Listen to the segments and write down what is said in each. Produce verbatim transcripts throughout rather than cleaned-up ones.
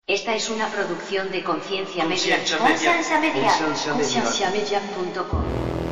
Esta es una producción de Conciencia Media. Conciencia Media. Conciencia Media punto com.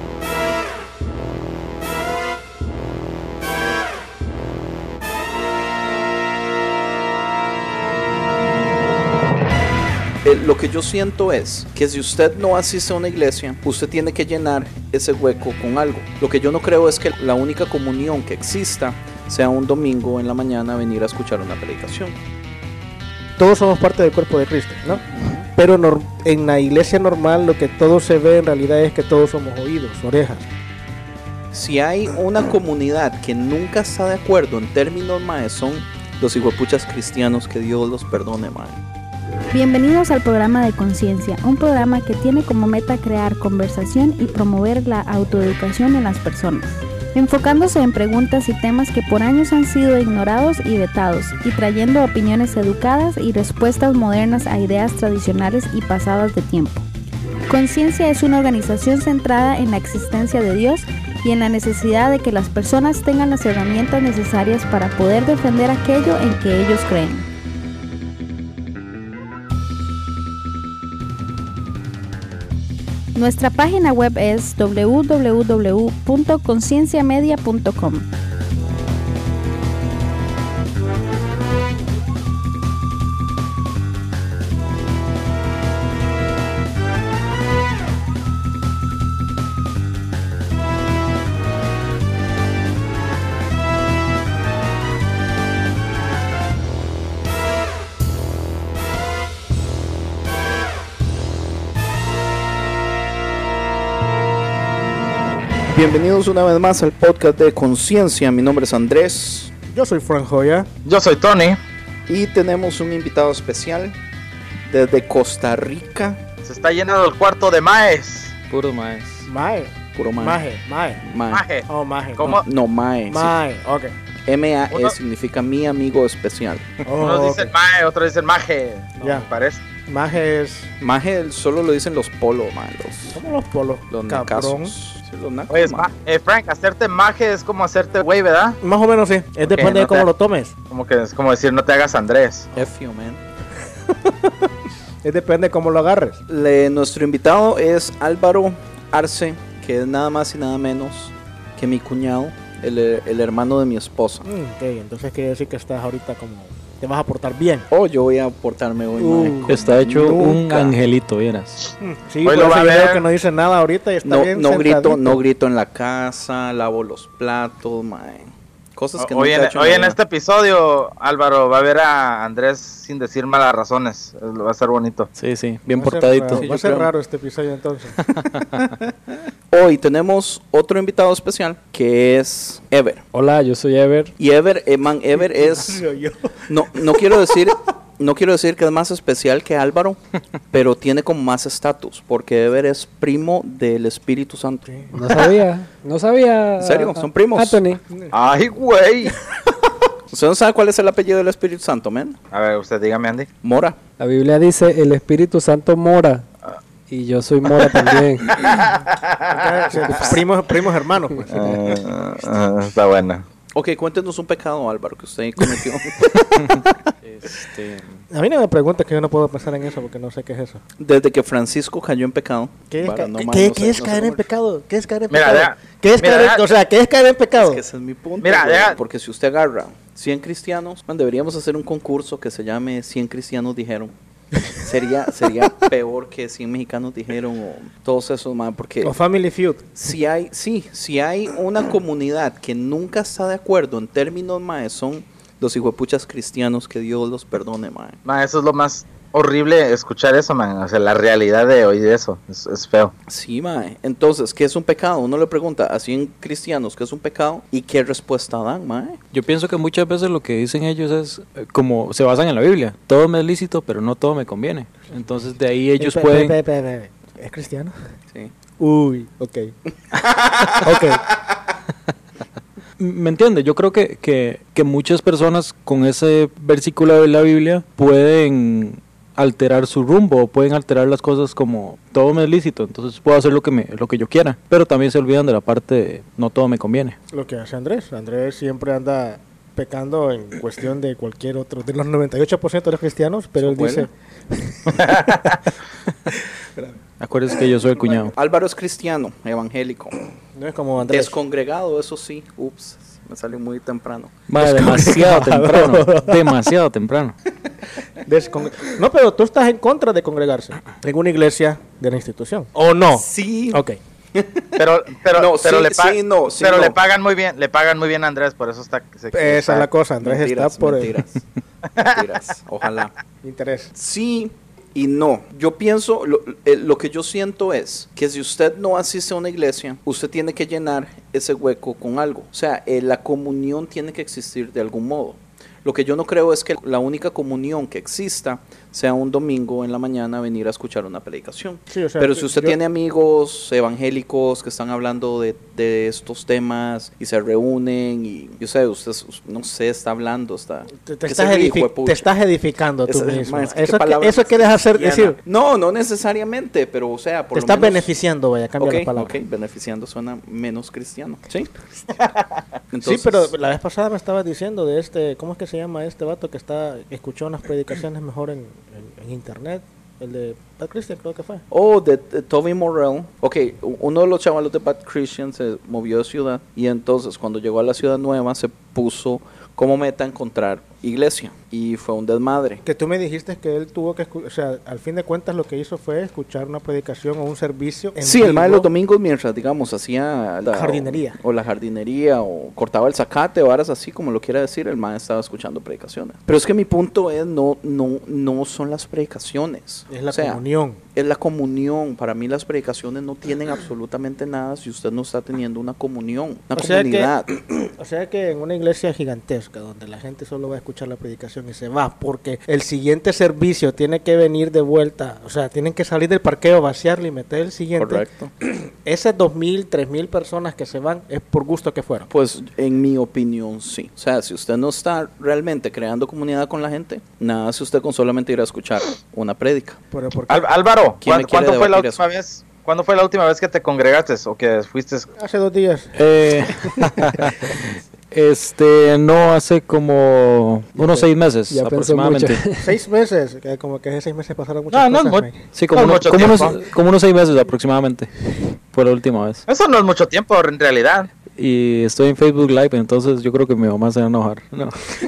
Eh, lo que yo siento es que si usted no asiste a una iglesia, usted tiene que llenar ese hueco con algo. Lo que yo no creo es que la única comunión que exista sea un domingo en la mañana venir a escuchar una predicación. Todos somos parte del cuerpo de Cristo, ¿no? Pero nor- en la iglesia normal lo que todo se ve en realidad es que todos somos oídos, orejas. Si hay una comunidad que nunca está de acuerdo en términos, mae, son los hijuepuchas cristianos, que Dios los perdone, mae. Bienvenidos al programa de Conciencia, un programa que tiene como meta crear conversación y promover la autoeducación en las personas, enfocándose en preguntas y temas que por años han sido ignorados y vetados, y trayendo opiniones educadas y respuestas modernas a ideas tradicionales y pasadas de tiempo. Conciencia es una organización centrada en la existencia de Dios y en la necesidad de que las personas tengan las herramientas necesarias para poder defender aquello en que ellos creen. Nuestra página web es doble u doble u doble u punto conciencia media punto com. Bienvenidos una vez más al podcast de Conciencia. Mi nombre es Andrés. Yo soy Frank Joya. Yo soy Tony. Y tenemos un invitado especial desde Costa Rica. Se está llenando el cuarto de maes. Puro maes. Mae. Puro mae. Maje. Mae. Mae. Maje. Oh, maje. ¿Cómo? No, mae. sí. Mae. Ok. M A E Uno- significa mi amigo especial. Oh, Unos ok. dicen mae, otros dicen maje. No, Ya. me parece. Maje es Maje solo lo dicen los polo, mae. Los, como los polos. los Cabrón. nacazos. Sí, los nacos, Oye, mae. ma- eh, Frank, hacerte maje es como hacerte güey, ¿verdad? Más o menos sí. Es Ok, depende no de cómo te- lo tomes. Como que es como decir no te hagas Andrés. F you, man. Es depende de cómo lo agarres. Le- nuestro invitado es Álvaro Arce, que es nada más y nada menos que mi cuñado, el, el hermano de mi esposa. Mm, ok, entonces quiere decir que estás ahorita como... Te vas a portar bien. Oh, yo voy a portarme hoy, Uh. mae, como Está hecho un nunca. angelito, vieras. Mm, sí, Hoy por lo eso va a yo veo ver. que no dice nada ahorita y está No, bien no grito, sentadito. no grito en la casa, lavo los platos, mae. Cosas que Hoy nunca en, he hecho hoy la en vida. este episodio, Álvaro va a ver a Andrés sin decir malas razones. Eh, Va a ser bonito. Sí, sí, bien Va a ser portadito. raro, Sí, Va a yo ser creo. raro este episodio entonces. Hoy tenemos otro invitado especial que es Ever. Hola, yo soy Ever. Y Ever, eh, man, Ever es... Yo- No, no quiero decir... No quiero decir que es más especial que Álvaro, pero tiene como más estatus, porque Ever es primo del Espíritu Santo. No sabía, no sabía. ¿En serio? ¿Son primos? Anthony. Ay, güey. ¿Usted no sabe cuál es el apellido del Espíritu Santo, man? A ver, usted dígame, Andy. Mora. La Biblia dice el Espíritu Santo mora. Y yo soy mora también. primos, primos hermanos, pues. Ah, ah, está buena. Ok, cuéntenos un pecado, Álvaro, que usted cometió. Este, A mí no me preguntes que yo no puedo pensar en eso porque no sé qué es eso. Desde que Francisco cayó en pecado. ¿Qué es, para ca- no ¿qué- ma- qué- no qué sé- es no sé caer en cómo- pecado? ¿Qué es caer en Mira, pecado? deja- ¿Qué es mira, caer en- deja- o sea, ¿qué es caer en pecado? Es que ese es mi punto. Mira, güey, deja- porque si usted agarra cien cristianos, man, deberíamos hacer un concurso que se llame cien cristianos dijeron. Sería sería peor que cien mexicanos dijeron o todos esos, man, porque O Family Feud. si hay, sí, si hay una comunidad que nunca está de acuerdo en términos, mae, son los hijuepuchas cristianos, que Dios los perdone, mae. Ma, eso es lo más horrible, escuchar eso, man. O sea, la realidad de oír eso es, es feo. Sí, mae. Entonces, ¿qué es un pecado? Uno le pregunta a cien cristianos qué es un pecado y qué respuesta dan, mae. yo pienso que muchas veces lo que dicen ellos es eh, como se basan en la Biblia. Todo me es lícito, pero no todo me conviene. Entonces de ahí ellos Eh, pe- pueden. pe- pe- pe- pe- ¿Es cristiano? Sí. Uy, ok. Ok. ¿Me entiendes? Yo creo que, que, que muchas personas con ese versículo de la Biblia pueden alterar su rumbo, pueden alterar las cosas como todo me es lícito, entonces puedo hacer lo que me lo que yo quiera, pero también se olvidan de la parte de no todo me conviene. Lo que hace Andrés. Andrés siempre anda pecando en cuestión de cualquier otro, de los noventa y ocho por ciento de los cristianos, pero Su él dice, abuela. Acuérdense que yo soy el cuñado. Álvaro es cristiano, evangélico. No es como Andrés. Descongregado, eso sí. Ups, me salió muy temprano. Madre, demasiado temprano. Demasiado temprano. Descongre- no, pero tú estás en contra de congregarse en una iglesia de la institución. ¿O no? Sí. Ok. Pero, pero, No, pero, sí, le, pa- sí, no, sí, pero no. le pagan muy bien, le pagan muy bien a Andrés, por eso está. Se, Esa está- es la cosa. Andrés Mentiras, está por el mentiras. Mentiras, ojalá. interés. Sí y no. Yo pienso, lo, eh, lo que yo siento es que si usted no asiste a una iglesia, usted tiene que llenar ese hueco con algo. O sea, eh, la comunión tiene que existir de algún modo. Lo que yo no creo es que la única comunión que exista sea un domingo en la mañana venir a escuchar una predicación. Sí, o sea, Pero si usted yo- tiene amigos evangélicos que están hablando de, de estos temas y se reúnen y yo sé, usted, no sé, está hablando, está... Te, te ¿qué estás, se ríe, edifi- hijuepucha? te estás edificando tú Esa- mismo. ma, es que qué eso, que, palabra eso más quieres hacer cristiana. decir. No, no necesariamente, pero o sea, por Te lo estás menos- beneficiando, vaya, cambia Ok, la palabra. ok, beneficiando suena menos cristiano. Sí. Sí, pero la vez pasada me estabas diciendo de este, ¿cómo es que se llama este vato que está escuchó unas predicaciones mejor en, en, en internet? El de Bad Christian, creo que fue. Oh, de, de Toby Morrell. Ok, u- uno de los chavalos de Bad Christian se movió de ciudad y entonces cuando llegó a la ciudad nueva se puso como meta encontrar iglesia y fue un desmadre. Que tú me dijiste que él tuvo que, escu- o sea, al fin de cuentas lo que hizo fue escuchar una predicación o un servicio en Sí, el mae vivo. los domingos mientras, digamos, hacía la Jardinería. O, o la jardinería o cortaba el zacate o varas así como lo quiera decir, el mae estaba escuchando predicaciones. Pero es que mi punto es no no no son las predicaciones. Es la O sea, comunión. es la comunión. Para mí las predicaciones no tienen absolutamente nada si usted no está teniendo una comunión, una O sea que- comunidad. O sea que en una iglesia gigantesca donde la gente solo va a escuchar la predicación y se va porque el siguiente servicio tiene que venir de vuelta, o sea, tienen que salir del parqueo, vaciarlo y meter el siguiente. Correcto. Esas dos mil, tres mil personas que se van es por gusto que fueron. Pues en mi opinión sí. O sea, si usted no está realmente creando comunidad con la gente, nada hace usted con solamente ir a escuchar una prédica. Pero ¿por qué? Al- Álvaro, ¿Quién me ¿cuándo, quiere ¿cuándo fue la debatir última vez? ¿Cuándo fue la última vez que te congregaste o que fuiste? Hace dos días. Eh, este, no, hace como unos seis meses ya pensó aproximadamente. mucho. Seis meses, que como que esos seis meses pasaron muchas No, no es cosas. muy- Mike. Sí, como, No, unos, mucho como, unos, tiempo. como unos seis meses aproximadamente. Fue la última vez. Eso no es mucho tiempo en realidad. Y estoy en Facebook Live, entonces yo creo que mi mamá se va a enojar. No,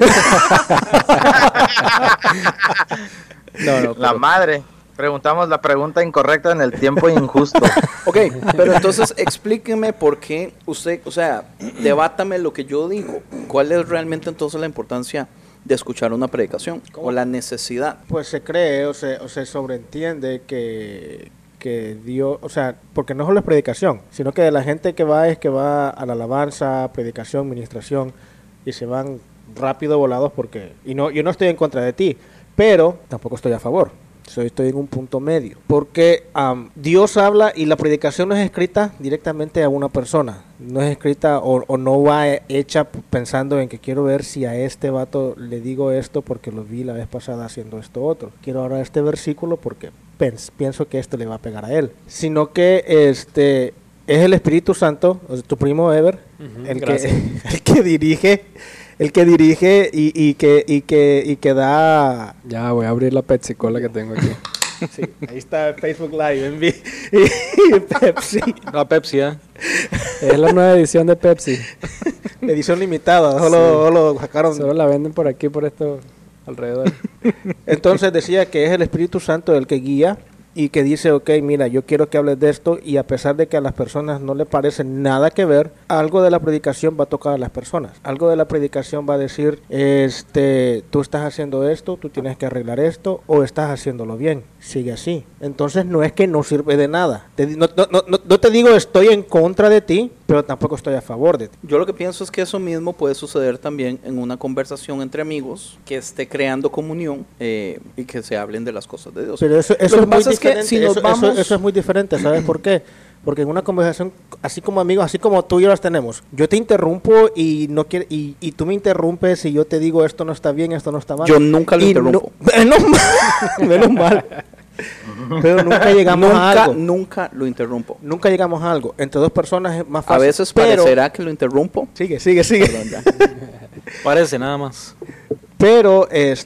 no, no, La pero- madre. Preguntamos la pregunta incorrecta en el tiempo injusto. Ok, pero entonces explíqueme por qué usted, o sea, debátame lo que yo digo. ¿Cuál es realmente entonces la importancia de escuchar una predicación o la necesidad? Pues se cree o se, o se sobreentiende que, que Dios, o sea, porque no solo es predicación, sino que la gente que va es que va a la alabanza, predicación, ministración y se van rápido volados porque, y no, yo no estoy en contra de ti, pero tampoco estoy a favor. Soy, estoy en un punto medio. Porque am, Dios habla y la predicación no es escrita directamente a una persona. No es escrita o, o no va he- hecha pensando en que quiero ver si a este vato le digo esto porque lo vi la vez pasada haciendo esto otro. Quiero ahora este versículo porque pens- pienso que esto le va a pegar a él. Sino que este es el Espíritu Santo, o sea, tu primo Ever, Ujú, el, que, gracias. el que dirige, el que dirige y, y que y que y que da. Ya voy a abrir la Pepsi Cola que tengo aquí. Sí, ahí está Facebook Live en vi- y Pepsi, La Pepsi, ¿eh? Es la nueva edición de Pepsi. edición limitada, solo, solo sacaron. Solo la venden por aquí, por esto alrededor. Entonces decía que es el Espíritu Santo el que guía y que dice, ok, mira, yo quiero que hables de esto y a pesar de que a las personas no le parece nada que ver, algo de la predicación va a tocar a las personas. Algo de la predicación va a decir, este, tú estás haciendo esto, tú tienes que arreglar esto o estás haciéndolo bien. Sigue así. Entonces no es que no sirve de nada. Te di- no, no, no, no- no te digo estoy en contra de ti, pero tampoco estoy a favor de ti. Yo lo que pienso es que eso mismo puede suceder también en una conversación entre amigos que esté creando comunión eh, y que se hablen de las cosas de Dios. Pero eso, eso Lo es que muy pasa es que diferente. si nos eso, eso- vamos- eso es muy diferente, ¿sabes por qué? Porque en una conversación, así como amigos, así como tú y yo las tenemos, yo te interrumpo y no quiere, y, y tú me interrumpes y yo te digo esto no está bien, esto no está mal. Yo nunca lo Y interrumpo. no- menos mal, menos mal. Pero nunca llegamos a nunca, algo. nunca lo interrumpo. Nunca llegamos a algo. Entre dos personas es más A fácil. veces pero, parecerá que lo interrumpo. Sigue, sigue, sigue. Perdón, ya. Parece nada más. Pero este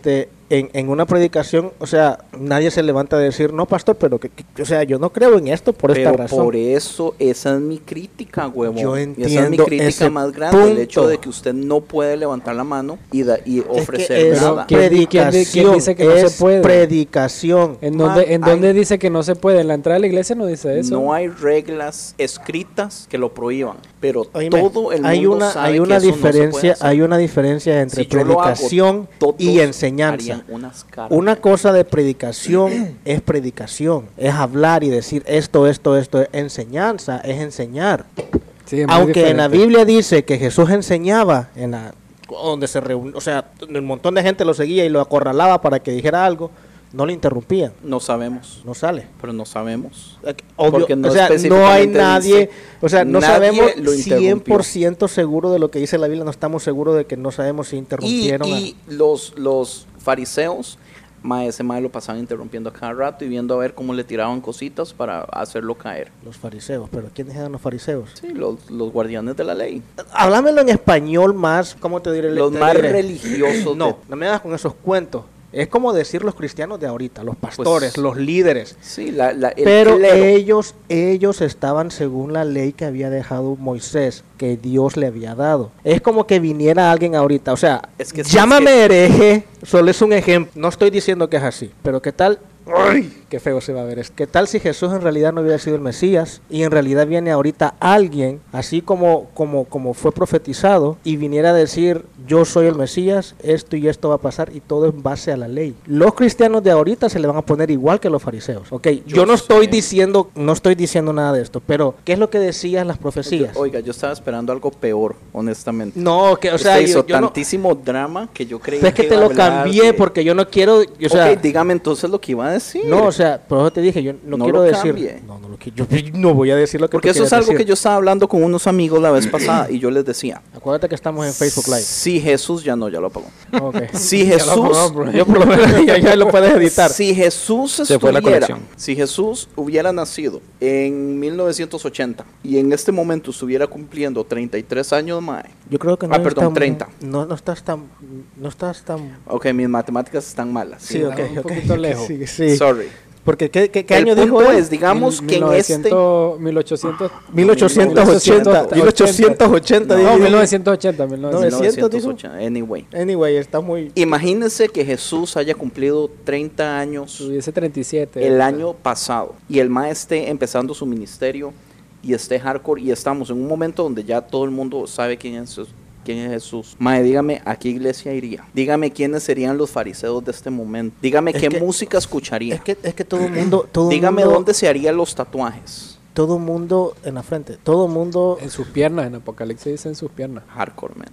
en, en una predicación, o sea, nadie se levanta a decir, no, pastor, pero que, que- o sea, yo no creo en esto por esta Pero razón. por eso, esa es mi crítica, huevón. Yo Y esa es mi entiendo crítica ese más grande, el hecho punto. de que usted no puede levantar la mano y, da- y Es que ofrecer es nada. ¿Quién di- quién di- quién predicación, dice que no se es puede? predicación. ¿En Man, dónde, ¿en hay- dónde dice que no se puede? En la entrada de la iglesia no dice eso. No hay reglas escritas que lo prohíban, pero Oíme, todo el mundo hay una, sabe hay una que eso no se puede diferencia, hacer. hay una diferencia entre Si yo lo hago, predicación todos y enseñanza. harían unas caras. Una cosa de predicación es predicación, es hablar y decir esto, esto, esto. Enseñanza es enseñar. Sí, es muy Aunque en la diferente. Biblia dice que Jesús enseñaba, en la, donde se reunió, o sea, un montón de gente lo seguía y lo acorralaba para que dijera algo, no le interrumpían, No sabemos, no sale. pero no sabemos. Obvio, Porque no o sea, no hay específicamente nadie, dice, o sea, no nadie sabemos lo cien interrumpió. por ciento seguro de lo que dice la Biblia, no estamos seguros de que no sabemos si Y, interrumpieron a- y los, los fariseos, mae, ese mae lo pasaban interrumpiendo a cada rato y viendo a ver cómo le tiraban cositas para hacerlo caer. los fariseos. Pero ¿quiénes eran los fariseos? Sí, los, los guardianes de la ley. Háblamelo en español más, ¿cómo te diré? Los Te más diré. religiosos. No, de- no me hagas con esos cuentos. Es como decir los cristianos de ahorita, los pastores, Pues, los líderes. sí, la, la- el Pero clero. ellos, ellos estaban según la ley que había dejado Moisés, que Dios le había dado. Es como que viniera alguien ahorita, o sea, Es que- llámame es hereje, solo es un ejemplo. No estoy diciendo que es así, pero ¿qué tal? ¡Ay! Qué feo se va a ver esto. ¿Qué tal si Jesús en realidad no hubiera sido el Mesías y en realidad viene ahorita alguien, así como, como, como fue profetizado, y viniera a decir, yo soy el Mesías, esto y esto va a pasar, y todo en base a la ley? Los cristianos de ahorita se le van a poner igual que los fariseos. Ok, yo, Yo no estoy sé. diciendo, no estoy diciendo nada de esto, pero ¿qué es lo que decían las profecías? Oiga, yo estaba esperando algo peor, honestamente. No, que, o sea, Usted yo, hizo yo no, tantísimo drama que yo creí es que te iba a lo hablar cambié de- porque yo no quiero, o sea, Ok, dígame entonces lo que iba a decir. no, o sea, por eso te dije, yo no, No quiero lo decir, cambie. no, no lo qui- yo, yo no voy a decir lo que Porque tú eso es quieres algo que decir. yo estaba hablando con unos amigos la vez pasada y yo les decía. Acuérdate que estamos en Facebook Live. Si Jesús, ya no, ya lo apagó. Okay. Si Ya lo Jesús, apagó, bro. Yo por lo menos ya, ya lo puedes editar. si Jesús Se fue la estuviera, conexión. si Jesús hubiera nacido en mil novecientos ochenta y en este momento estuviera cumpliendo treinta y tres años más, Yo creo que no Ah, perdón, estamos- treinta. No, no estás tan, no estás tan. ok, mis matemáticas están malas. Sí, Sí, ok, un ok. poquito lejos. Sí, sí. Sorry. Porque qué, qué, qué El año dijo punto él? es, digamos Mil- que en este... mil ochocientos, mil ochocientos ochenta. mil ochocientos ochenta. No, di- mil novecientos ochenta, mil novecientos. novecientos dijo. mil novecientos ochenta, anyway. Anyway, está muy. Imagínense que Jesús haya cumplido treinta años Tuviese treinta y siete. el año pasado y el ma esté empezando su ministerio y esté hardcore y estamos en un momento donde ya todo el mundo sabe quién es Jesús. ¿Quién es Jesús? Mae, dígame a qué iglesia iría. Dígame quiénes serían los fariseos de este momento. Dígame Es qué que- música escucharía. Es que, es que todo el mundo. Todo Dígame mundo, dónde se harían los tatuajes. Todo mundo en la frente. Todo mundo. En sus piernas, en Apocalipsis dice en sus piernas. Hardcore, man.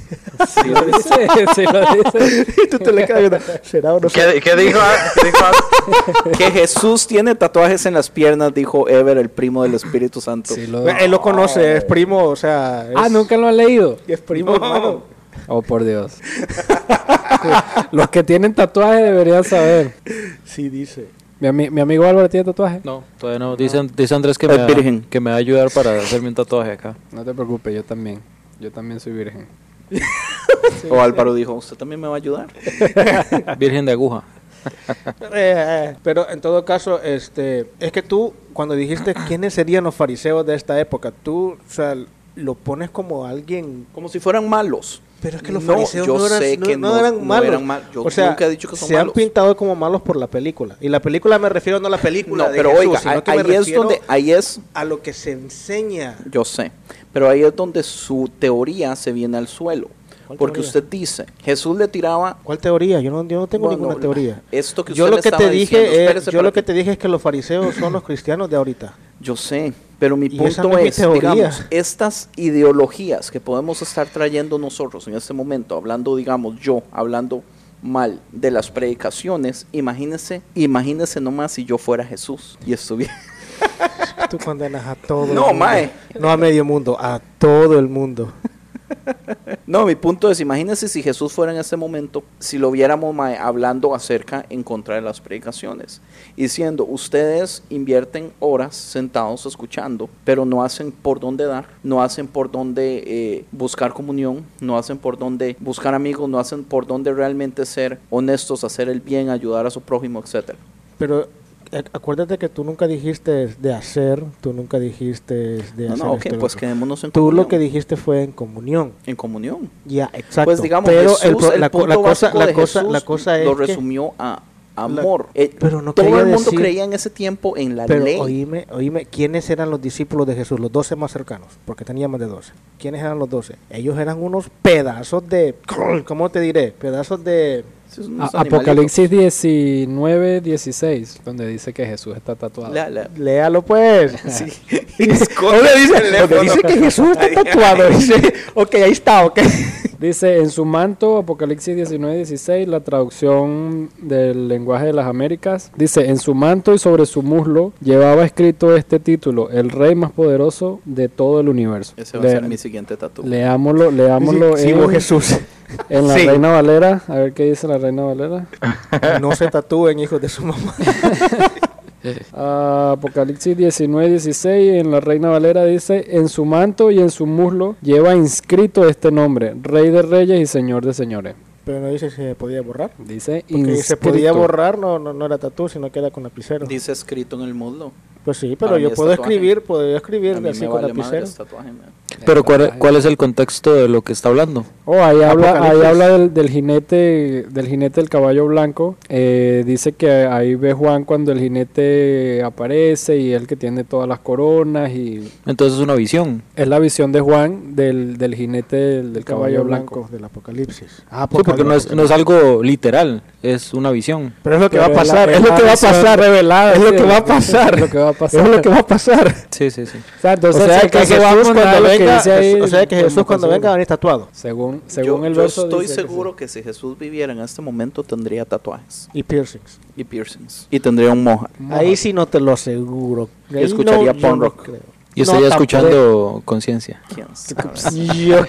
Sí lo dice, sí lo dice. Y tú te le caes viendo, ¿será o no será? ¿Qué, qué dijo? ¿Qué dijo? Que Jesús tiene tatuajes en las piernas, dijo Ever, el primo del Espíritu Santo. Sí lo Él lo conoce, es primo, o sea. Es, Ah, nunca lo han leído. Es primo, hermano. Oh, por Dios. Los que tienen tatuajes deberían saber. Sí, dice. Mi, ami- mi amigo Álvaro tiene tatuaje. No, todavía no. Dice, dice Andrés que Es me, va, virgen. que me va a ayudar para hacerme un tatuaje acá. No te preocupes, yo también. Yo también soy virgen. O Álvaro dijo, ¿usted también me va a ayudar? Virgen de aguja. Eh, eh, pero en todo caso, este, es que tú, cuando dijiste quiénes serían los fariseos de esta época, tú, o sea, lo pones como alguien. Como si fueran malos. Pero es que los No, fariseos yo no eran, sé no- que no no- eran no malos. eran mal- yo o sea, nunca he dicho que son se han malos. pintado como malos por la película. Y la película me refiero no a la película No, de pero Jesús, oiga, sino ahí, que me ahí es refiero donde, ahí es, a lo que se enseña. yo sé, pero ahí es donde su teoría se viene al suelo. ¿Cuál Porque teoría? usted dice, Jesús le tiraba... ¿Cuál teoría? Yo no, yo no tengo Bueno, ninguna teoría. Esto que Yo usted lo me que estaba te dije, diciendo, es- espérese, yo lo que espérate. te dije es que los fariseos son los cristianos de ahorita. Yo sé, pero mi Y esa punto no es mi es, teoría. digamos, estas ideologías que podemos estar trayendo nosotros en este momento, hablando, digamos, yo, hablando mal de las predicaciones, imagínese, imagínese nomás si yo fuera Jesús y estuviera... Tú condenas a todo No, el mundo. mae. No a medio mundo, a todo el mundo. No, mi punto es, imagínense si Jesús fuera en ese momento, si lo viéramos mae, hablando acerca en contra de las predicaciones, diciendo, ustedes invierten horas sentados escuchando, pero no hacen por dónde dar, no hacen por dónde eh, buscar comunión, no hacen por dónde buscar amigos, no hacen por dónde realmente ser honestos, hacer el bien, ayudar a su prójimo, etcétera. Pero eh, acuérdate que tú nunca dijiste de hacer, tú nunca dijiste de No, hacer no, ok, esto y lo pues otro. quedémonos en Tú comunión. lo que dijiste fue en comunión. En comunión. Ya, exacto. Pues digamos, pero Jesús, el, pro- el la, co- punto la cosa, básico la de cosa, Jesús la cosa es lo que- resumió a amor. Eh, pero no todo quería el mundo decir- creía en ese tiempo en la Pero ley. oíme, oíme, ¿quiénes eran los discípulos de Jesús? Los doce más cercanos, porque tenía más de doce. ¿Quiénes eran los doce? Ellos eran unos pedazos de, ¿cómo te diré? Pedazos de... Esos son A- unos Apocalipsis diecinueve, dieciséis, donde dice que Jesús está tatuado. La- la- Léalo pues. Sí. Donde dice, donde dice que Jesús está tatuado. Dice, ok, ahí está, ok. Dice, en su manto, Apocalipsis diecinueve, dieciséis, la traducción del lenguaje de las Américas, dice, en su manto y sobre su muslo llevaba escrito este título, el rey más poderoso de todo el universo. Ese va a ser Le- mi siguiente tatu. Leámoslo, leámoslo Sí, en, vos Jesús. en la Sí. Reina Valera, a ver qué dice la Reina Valera. No se tatúen, hijos de su mamá. Ah, Apocalipsis diecinueve, dieciséis, en la Reina Valera dice, en su manto y en su muslo lleva inscrito este nombre, Rey de Reyes y Señor de Señores. Pero no dice si se podía borrar. Dice Porque si se inscrito. podía borrar, no, no, no era tatú, sino que era con lapicero. Dice escrito en el muslo. Pues sí, Para pero mí yo es puedo tatuaje. escribir, puedo A escribir mí así me con vale madre lapicero. ese tatuaje, man. Pero ¿cuál, cuál es el contexto de lo que está hablando? Oh, ahí habla, ahí Apocalipsis. habla del, del jinete, del jinete del caballo blanco. Eh, dice que ahí ve Juan cuando el jinete aparece y él que tiene todas las coronas y Entonces es una visión. es la visión de Juan del, del jinete del, del caballo, blanco. del Apocalipsis. Ah, Sí, porque no es, no es algo literal, es una visión. Pero es lo que Pero va a es la- pasar, es lo la que va a visión pasar. revelada, Es lo sí, que va a pasar. Es lo que va a pasar. Es lo que va a pasar. Sí, sí, sí. O sea, entonces, O sea si que acaso Jesús vamos a cuando lo que venga, dice ahí, o sea que Jesús podemos cuando venga va a conseguir. venir tatuado. Según, según Yo, el yo verso estoy dice que seguro sí. que si Jesús viviera en este momento tendría tatuajes Y piercings. y piercings. Y tendría un moja. Ahí sí no te lo aseguro. Y escucharía yo punk rock. creo. Y estaría No, escuchando Conciencia. ¿Quién sabe? Yo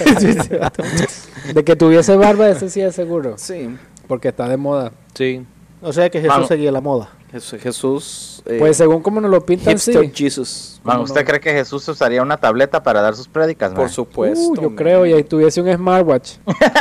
De que tuviese barba, ese sí es seguro. Sí. Porque está de moda. Sí. O sea que Jesús Vamos. seguía la moda. Jes- Jesús. eh, Pues según como nos lo pintan, sí. hipster Jesus. Man, ¿Cómo ¿usted no? cree que Jesús usaría una tableta para dar sus prédicas, man? Por supuesto. Uh, yo man. creo, y ahí tuviese un smartwatch.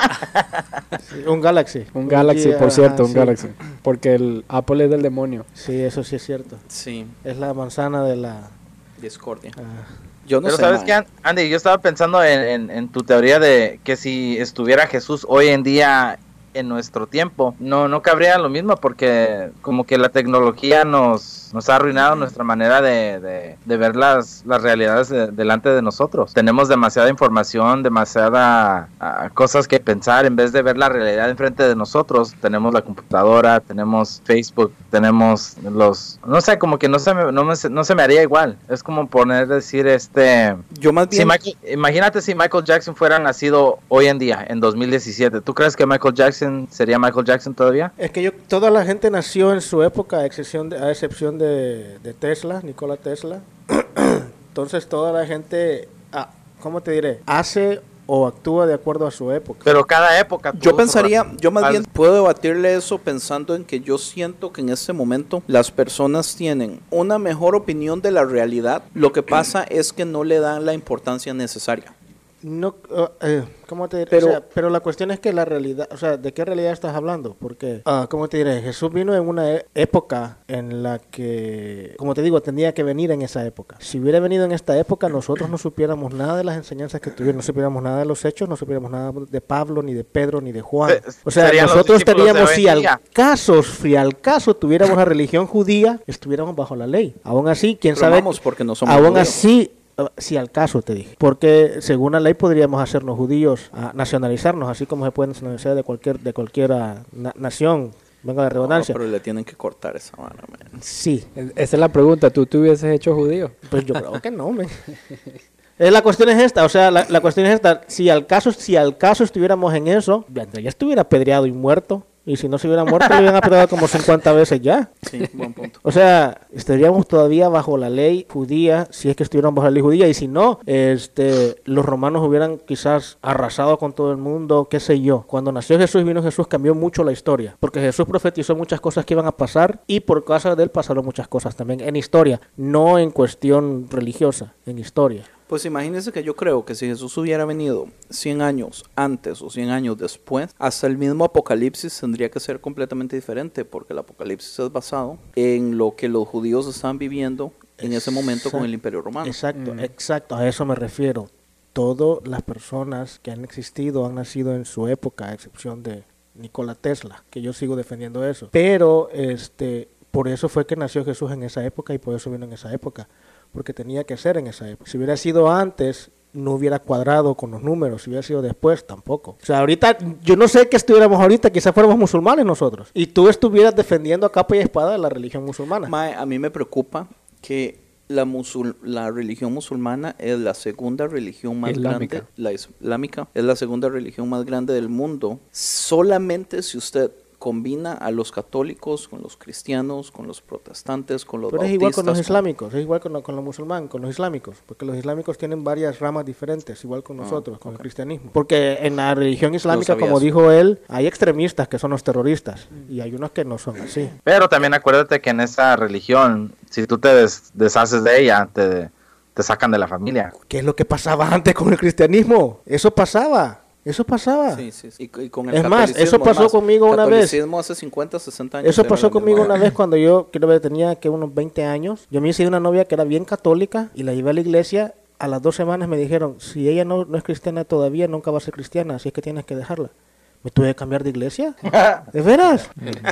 Sí, un Galaxy. Un Galaxy, G- por cierto, ajá, un sí. Galaxy. Porque el Apple es del demonio. Sí, eso sí es cierto. Sí, Es la manzana de la... discordia. ah, Yo no Pero sé. sabes man. qué, An- Andy, yo estaba pensando en, en- en tu teoría de que si estuviera Jesús hoy en día en nuestro tiempo, no, no cabría lo mismo porque como que la tecnología nos, nos ha arruinado nuestra manera de, de- de ver las, las realidades de- delante de nosotros. Tenemos demasiada información, demasiada ah, cosas que pensar en vez de ver la realidad enfrente de nosotros. Tenemos la computadora, tenemos Facebook, tenemos los... No sé, como que no se me, no me- no se me haría igual. Es como poner, decir, este... Yo más Si bien. Michael- imagínate si Michael Jackson fuera nacido hoy en día, en dos mil diecisiete. ¿Tú crees que Michael Jackson sería Michael Jackson todavía? Es que yo, toda la gente nació en su época, a excepción de, a excepción de, de Tesla, Nikola Tesla. Entonces toda la gente, ah, ¿cómo te diré? Hace o actúa de acuerdo a su época. Pero cada época... Yo tuvo pensaría, su- yo más al- bien puedo debatirle eso pensando en que yo siento que en este momento las personas tienen una mejor opinión de la realidad. Lo que pasa es que no le dan la importancia necesaria. No, uh, eh, ¿cómo te diré? Pero- O sea, pero la cuestión es que la realidad, o sea, ¿de qué realidad estás hablando? Porque, ah, ¿cómo te diré? Jesús vino en una e- época en la que, como te digo, tenía que venir en esa época. Si hubiera venido en esta época, nosotros no supiéramos nada de las enseñanzas que tuvieron, no supiéramos nada de los hechos, no supiéramos nada de Pablo, ni de Pedro, ni de Juan. Se- O sea, serían los nosotros discípulos de teníamos, hoy si en al día. caso, si al caso tuviéramos la religión judía, estuviéramos bajo la ley. Aún así, quién Pero sabe... vamos, porque no somos Aún judíos. así, uh, si al caso te dije, porque según la ley podríamos hacernos judíos, a nacionalizarnos, así como se pueden nacionalizar de cualquier de cualquier ah, na- nación, venga la No, redundancia. pero le tienen que cortar esa vara, man. Sí, Es- Esa es la pregunta. ¿Tú te hubieses hecho judío? pues yo creo que no, men. Eh, la cuestión es esta, o sea, la, la cuestión es esta, si al caso si al caso estuviéramos en eso, ya ya estuviera apedreado y muerto. Y si no se hubiera muerto, le hubieran apedreado como cincuenta veces ya. Sí, buen punto. O sea, estaríamos todavía bajo la ley judía, si es que estuviéramos bajo la ley judía, y si no, este, los romanos hubieran quizás arrasado con todo el mundo, qué sé yo. Cuando nació Jesús y vino Jesús, cambió mucho la historia, porque Jesús profetizó muchas cosas que iban a pasar, y por causa de él pasaron muchas cosas también en historia, no en cuestión religiosa, en historia. Pues imagínense que yo creo que si Jesús hubiera venido cien años antes o cien años después, hasta el mismo Apocalipsis tendría que ser completamente diferente, porque el Apocalipsis es basado en lo que los judíos estaban viviendo en ese momento con el Imperio Romano. Exacto, Mm. exacto, a eso me refiero. Todas las personas que han existido han nacido en su época, a excepción de Nikola Tesla, que yo sigo defendiendo eso. Pero este, por eso fue que nació Jesús en esa época y por eso vino en esa época, porque tenía que ser en esa época. Si hubiera sido antes, no hubiera cuadrado con los números. Si hubiera sido después, tampoco. O sea, ahorita, yo no sé qué estuviéramos ahorita, quizás fuéramos musulmanes nosotros, y tú estuvieras defendiendo a capa y espada la religión musulmana. Mae, a mí me preocupa que la, musul la religión musulmana es la segunda religión más Islámica. grande, la islámica, es la segunda religión más grande del mundo. Solamente si usted combina a los católicos con los cristianos, con los protestantes, con los Pero es bautistas. igual con los con- islámicos, es igual con, lo- con los musulmanes, con los islámicos, porque los islámicos tienen varias ramas diferentes, igual con Ah, nosotros, con ok. el cristianismo. Porque en la religión islámica, sabía como eso. dijo él, hay extremistas que son los terroristas, y hay unos que no son así. Pero también acuérdate que en esa religión, si tú te des- deshaces de ella, te, te sacan de la familia. ¿Qué es lo que pasaba antes con el cristianismo? Eso pasaba, eso pasaba. Sí, sí, sí. Y, y con el Es más, catolicismo, eso pasó más, conmigo una vez. catolicismo hace cincuenta, sesenta años. Eso era pasó la conmigo misma- una vez cuando yo creo que tenía que unos veinte años. Yo me hice de una novia que era bien católica y la llevé a la iglesia. A las dos semanas me dijeron, si ella no, no es cristiana todavía, nunca va a ser cristiana, así es que tienes que dejarla. ¿Me tuve que cambiar de iglesia? ¿De veras?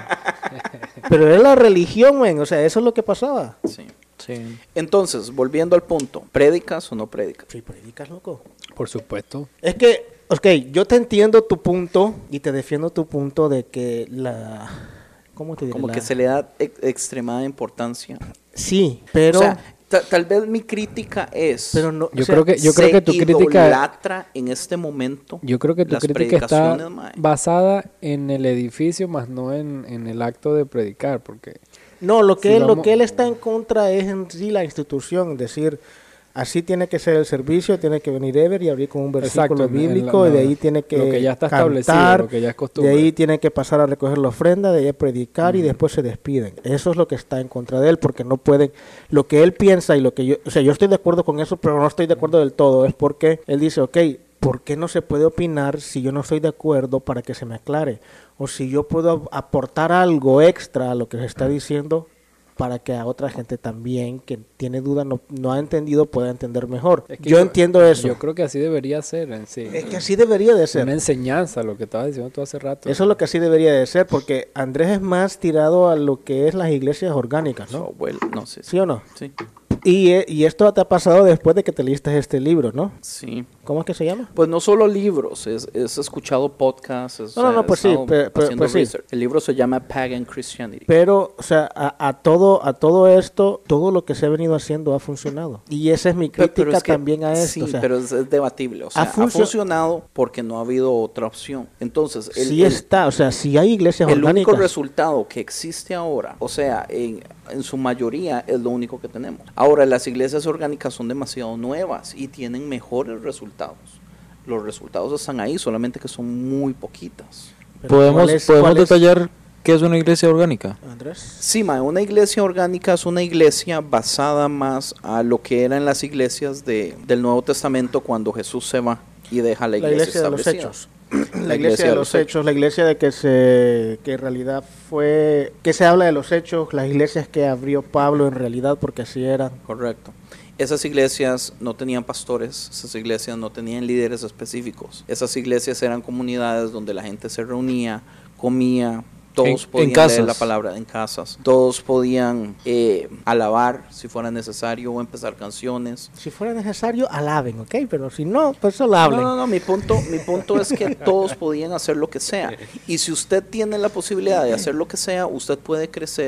Pero era la religión, men. O sea, eso es lo que pasaba. Sí. Sí. Entonces, volviendo al punto, ¿prédicas o no prédicas? Sí, predicas, loco. Por supuesto. Es que, ok, yo te entiendo tu punto y te defiendo tu punto de que la... ¿Cómo te diré? Como La- que se le da ex- extremada importancia. Sí, pero... o sea, ta- tal vez mi crítica es... pero no, Yo o sea, creo que yo se creo que tu crítica idolatra en este momento yo creo que tu las crítica está predicaciones, mae. basada en el edificio más no en, en el acto de predicar, porque No, lo que, Si él, lo vamos- que él está en contra es en sí la institución, es decir, así tiene que ser el servicio, tiene que venir Ever y abrir con un versículo Exacto, en- en bíblico, la- y de ahí tiene que lo que ya está cantar, establecido, lo que ya es costumbre. de ahí tiene que pasar a recoger la ofrenda, de ahí a predicar y después se despiden. Eso es lo que está en contra de él, porque no pueden, lo que él piensa y lo que yo, o sea, yo estoy de acuerdo con eso, pero no estoy de acuerdo del todo, es porque él dice, ok, ¿por qué no se puede opinar si yo no estoy de acuerdo para que se me aclare? O si yo puedo aportar algo extra a lo que se está diciendo para que a otra gente también que tiene duda, no, no ha entendido, pueda entender mejor. es que Yo entiendo eso. Yo creo que así debería ser en sí. Es que así debería de Una ser. enseñanza, lo que estabas diciendo tú hace rato. Eso es lo que así debería de ser, porque Andrés es más tirado a lo que es las iglesias orgánicas, Su ¿no? abuelo, no sé. ¿Sí o no? Sí, Y, eh, y esto te ha pasado después de que te leíste este libro, ¿no? sí. ¿Cómo es que se llama? Pues no solo libros, es, es escuchado podcasts, es, No, no, no, he pues sí, estado pe- pe- haciendo pues sí. research. El libro se llama Pagan Christianity. Pero, o sea, a, a todo a todo esto, todo lo que se ha venido haciendo ha funcionado. Y esa es mi Pe- crítica es que- también a esto. Sí, o sea, pero es, es debatible. O sea, ha ha, funcio- funcionado porque no ha habido otra opción. Entonces, el, sí el- está, o sea, sí hay iglesias el único orgánicas. resultado que existe ahora, o sea, en, en su mayoría es lo único que tenemos. Ahora, las iglesias orgánicas son demasiado nuevas y tienen mejores resultados. Los resultados están ahí, solamente que son muy poquitas. Pero ¿Podemos, ¿cuál es- podemos cuál es- detallar qué es una iglesia orgánica? Andrés. Sí, ma, una iglesia orgánica es una iglesia basada más a lo que eran las iglesias de, del Nuevo Testamento cuando Jesús se va y deja la La iglesia, iglesia de los establecida. hechos. La iglesia de los hechos, la iglesia de que se que en realidad fue que se habla de los hechos, las iglesias que abrió Pablo en realidad porque así eran. Correcto. Esas iglesias no tenían pastores, esas iglesias no tenían líderes específicos. Esas iglesias eran comunidades donde la gente se reunía, comía, todos En- en podían casas. leer la palabra en casas, todos podían eh, alabar si fuera necesario o empezar canciones. Si fuera necesario, alaben, ¿ok? Pero si no, pues solo hablen. No, no, no, mi punto, mi punto es que todos podían hacer lo que sea. Y si usted tiene la posibilidad de hacer lo que sea, usted puede crecer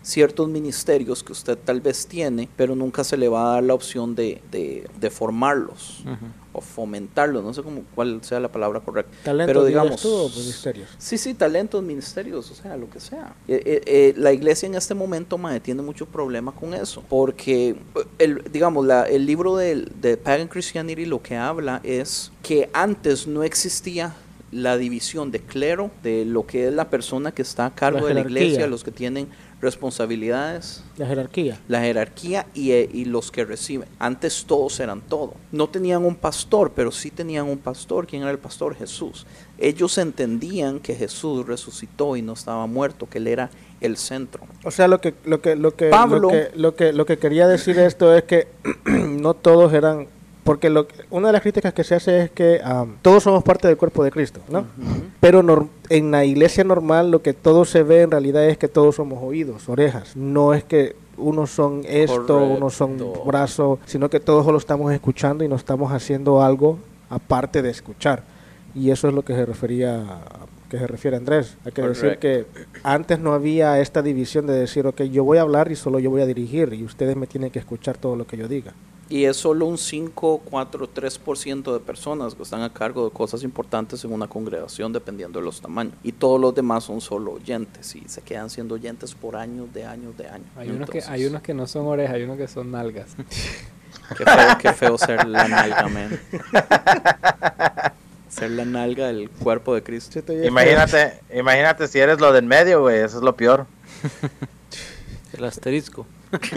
ciertos ministerios que usted tal vez tiene, pero nunca se le va a dar la opción de, de, de formarlos uh-huh. o fomentarlos, no sé cómo, cuál sea la palabra correcta. ¿Talentos, pero digamos tú, o ministerios? Sí, sí, talentos, ministerios, o sea, lo que sea. Eh, eh, eh, la iglesia en este momento, mae, tiene mucho problema con eso, porque el, digamos, la, el libro de, de Pagan Christianity lo que habla es que antes no existía la división de clero, de lo que es la persona que está a cargo la de la iglesia, los que tienen responsabilidades, la jerarquía, la jerarquía y, y los que reciben. Antes todos eran todo. No tenían un pastor, pero sí tenían un pastor. ¿Quién era el pastor? Jesús. Ellos entendían que Jesús resucitó y no estaba muerto, que él era el centro. O sea, lo que lo que lo que Pablo, lo que lo que, lo que quería decir esto es que no todos eran. Porque lo, una de las críticas que se hace es que um, todos somos parte del cuerpo de Cristo, ¿no? Uh-huh. Pero nor, en la iglesia normal lo que todo se ve en realidad es que todos somos oídos, orejas. No es que unos son esto, Correcto. unos son brazos, sino que todos lo estamos escuchando y no estamos haciendo algo aparte de escuchar. Y eso es lo que se refería a, que se refiere Andrés. Hay que Correcto. decir que antes no había esta división de decir, ok, yo voy a hablar y solo yo voy a dirigir y ustedes me tienen que escuchar todo lo que yo diga. Y es solo un cinco, cuatro, tres por ciento de personas que están a cargo de cosas importantes en una congregación dependiendo de los tamaños. Y todos los demás son solo oyentes y se quedan siendo oyentes por años, de años, de años. Hay, unos, que, hay unos que no son orejas, hay unos que son nalgas. Qué feo, qué feo ser la nalga, man. Ser la nalga del cuerpo de Cristo. Imagínate, imagínate si eres lo del medio, güey, eso es lo peor. El asterisco.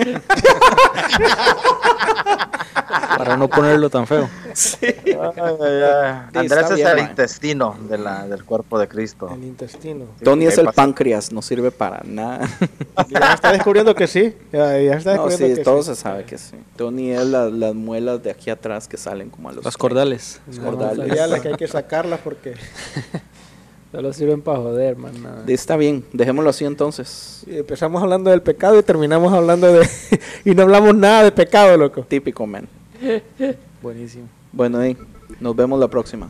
Para no ponerlo tan feo. Sí. Ay, ay, ay. Andrés es bien, el man. intestino de la, del cuerpo de Cristo. El intestino. Sí, Tony es el pasa? páncreas, no sirve para nada. Ya está descubriendo que sí. Ya, ya está no, descubriendo sí, que todo sí. se sabe que sí. Tony es la, las muelas de aquí atrás que salen como a los... Las cordales. Los cordales. No, ya las que hay que sacarlas porque... Solo sirven para joder, man. Nada. Está bien, dejémoslo así entonces. Sí, empezamos hablando del pecado y terminamos hablando de... y no hablamos nada de pecado, loco. Típico, man. Buenísimo. Bueno, y nos vemos la próxima.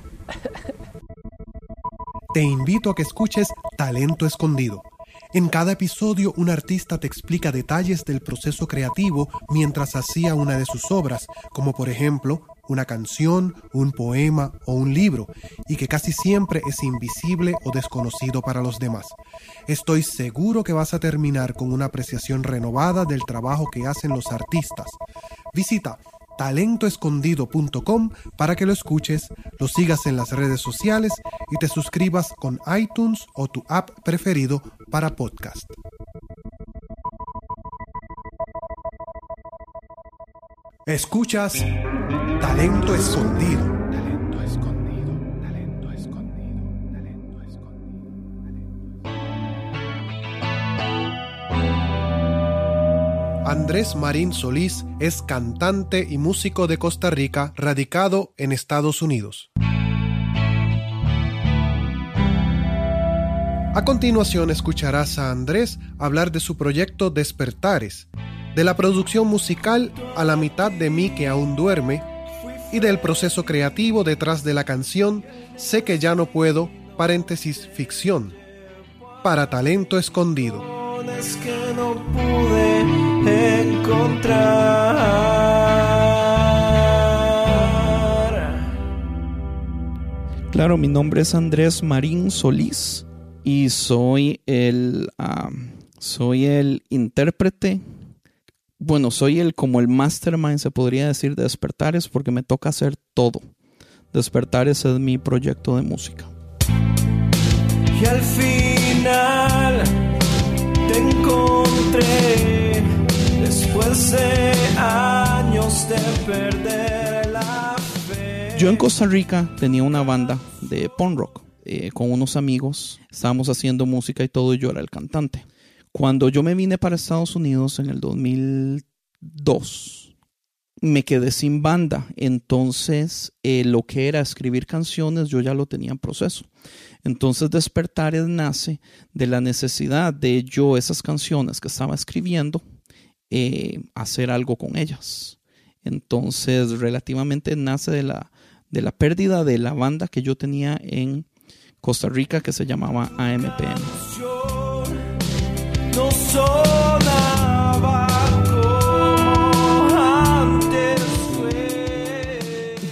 Te invito a que escuches Talento Escondido. En cada episodio, un artista te explica detalles del proceso creativo mientras hacía una de sus obras, como por ejemplo, una canción, un poema o un libro, y que casi siempre es invisible o desconocido para los demás. Estoy seguro que vas a terminar con una apreciación renovada del trabajo que hacen los artistas. Visita talento escondido punto com para que lo escuches, lo sigas en las redes sociales y te suscribas con iTunes o tu app preferido para podcast. Escuchas Talento Escondido. Talento Escondido. Talento Escondido. Talento Escondido. Andrés Marín Solís es cantante y músico de Costa Rica, radicado en Estados Unidos. A continuación escucharás a Andrés hablar de su proyecto Despertares, de la producción musical A la mitad de mí que aún duerme y del proceso creativo detrás de la canción Sé que ya no puedo, paréntesis ficción, para Talento Escondido. Es que no pude encontrar. Claro, mi nombre es Andrés Marín Solís y soy el, uh, soy el intérprete. Bueno, soy el como el mastermind, se podría decir, de Despertares, porque me toca hacer todo. Despertares es mi proyecto de música. Y al final te encontré después de años de perder la fe. Yo en Costa Rica tenía una banda de punk rock eh, con unos amigos. Estábamos haciendo música y todo, y yo era el cantante. Cuando yo me vine para Estados Unidos en el dos mil dos, me quedé sin banda. Entonces, eh, lo que era escribir canciones, yo ya lo tenía en proceso. Entonces, Despertares nace de la necesidad de yo, esas canciones que estaba escribiendo, eh, hacer algo con ellas. Entonces, relativamente nace de la, de la pérdida de la banda que yo tenía en Costa Rica, que se llamaba A M P M. No soy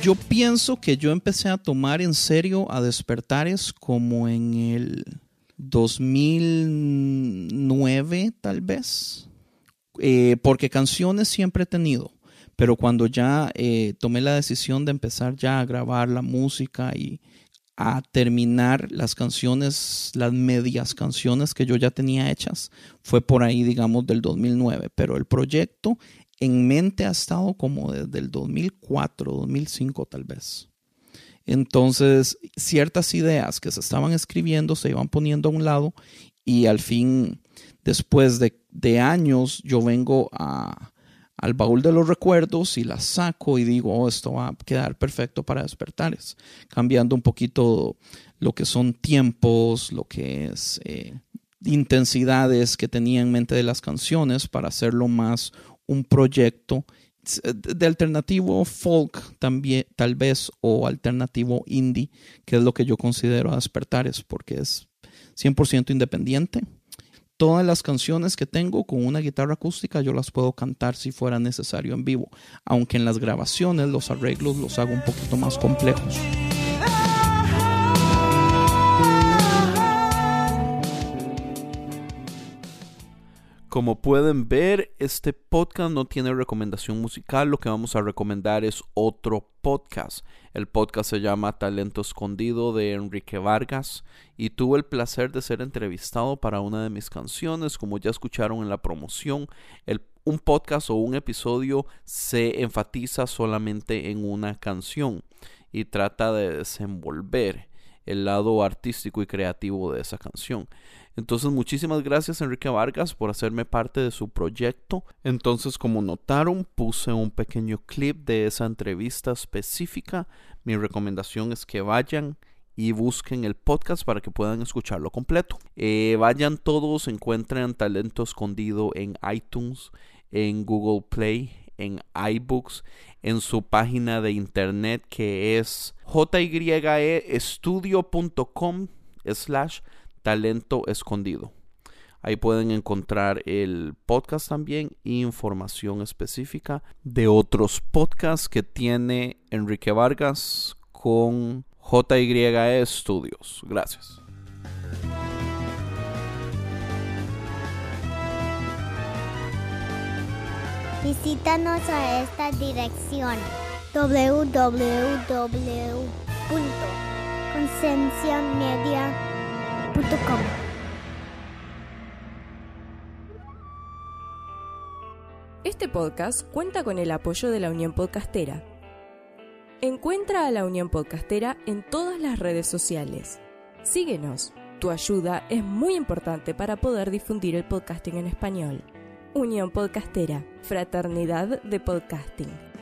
Yo pienso que yo empecé a tomar en serio a Despertares como en el dos mil nueve, tal vez. Eh, porque canciones siempre he tenido. Pero cuando ya eh, tomé la decisión de empezar ya a grabar la música y a terminar las canciones, las medias canciones que yo ya tenía hechas, fue por ahí, digamos, del dos mil nueve. Pero el proyecto en mente ha estado como desde el dos mil cuatro, dos mil cinco tal vez. Entonces, ciertas ideas que se estaban escribiendo se iban poniendo a un lado y al fin, después de, de años, yo vengo a... al baúl de los recuerdos y las saco y digo, oh, esto va a quedar perfecto para Despertares, cambiando un poquito lo que son tiempos, lo que es eh, intensidades que tenía en mente de las canciones para hacerlo más un proyecto de alternativo folk también, tal vez, o alternativo indie, que es lo que yo considero a Despertares, porque es cien por ciento independiente. Todas las canciones que tengo con una guitarra acústica yo las puedo cantar si fuera necesario en vivo, aunque en las grabaciones los arreglos los hago un poquito más complejos. Como pueden ver, este podcast no tiene recomendación musical. Lo que vamos a recomendar es otro podcast. El podcast se llama Talento Escondido de Enrique Vargas y tuve el placer de ser entrevistado para una de mis canciones. Como ya escucharon en la promoción, el, un podcast o un episodio se enfatiza solamente en una canción y trata de desenvolver el lado artístico y creativo de esa canción. Entonces, muchísimas gracias Enrique Vargas por hacerme parte de su proyecto. Entonces, como notaron, puse un pequeño clip de esa entrevista específica. Mi recomendación es que vayan y busquen el podcast para que puedan escucharlo completo. Eh, vayan todos, encuentren Talento Escondido en iTunes, en Google Play, en iBooks, en su página de internet que es jyestudio.com slash talento escondido. Ahí pueden encontrar el podcast también e información específica de otros podcasts que tiene Enrique Vargas con J Y E Studios. Gracias. Visítanos a esta dirección doble u doble u doble u punto conciencia media punto com. Este podcast cuenta con el apoyo de la Unión Podcastera. Encuentra a la Unión Podcastera en todas las redes sociales. Síguenos. Tu ayuda es muy importante para poder difundir el podcasting en español. Unión Podcastera, Fraternidad de Podcasting.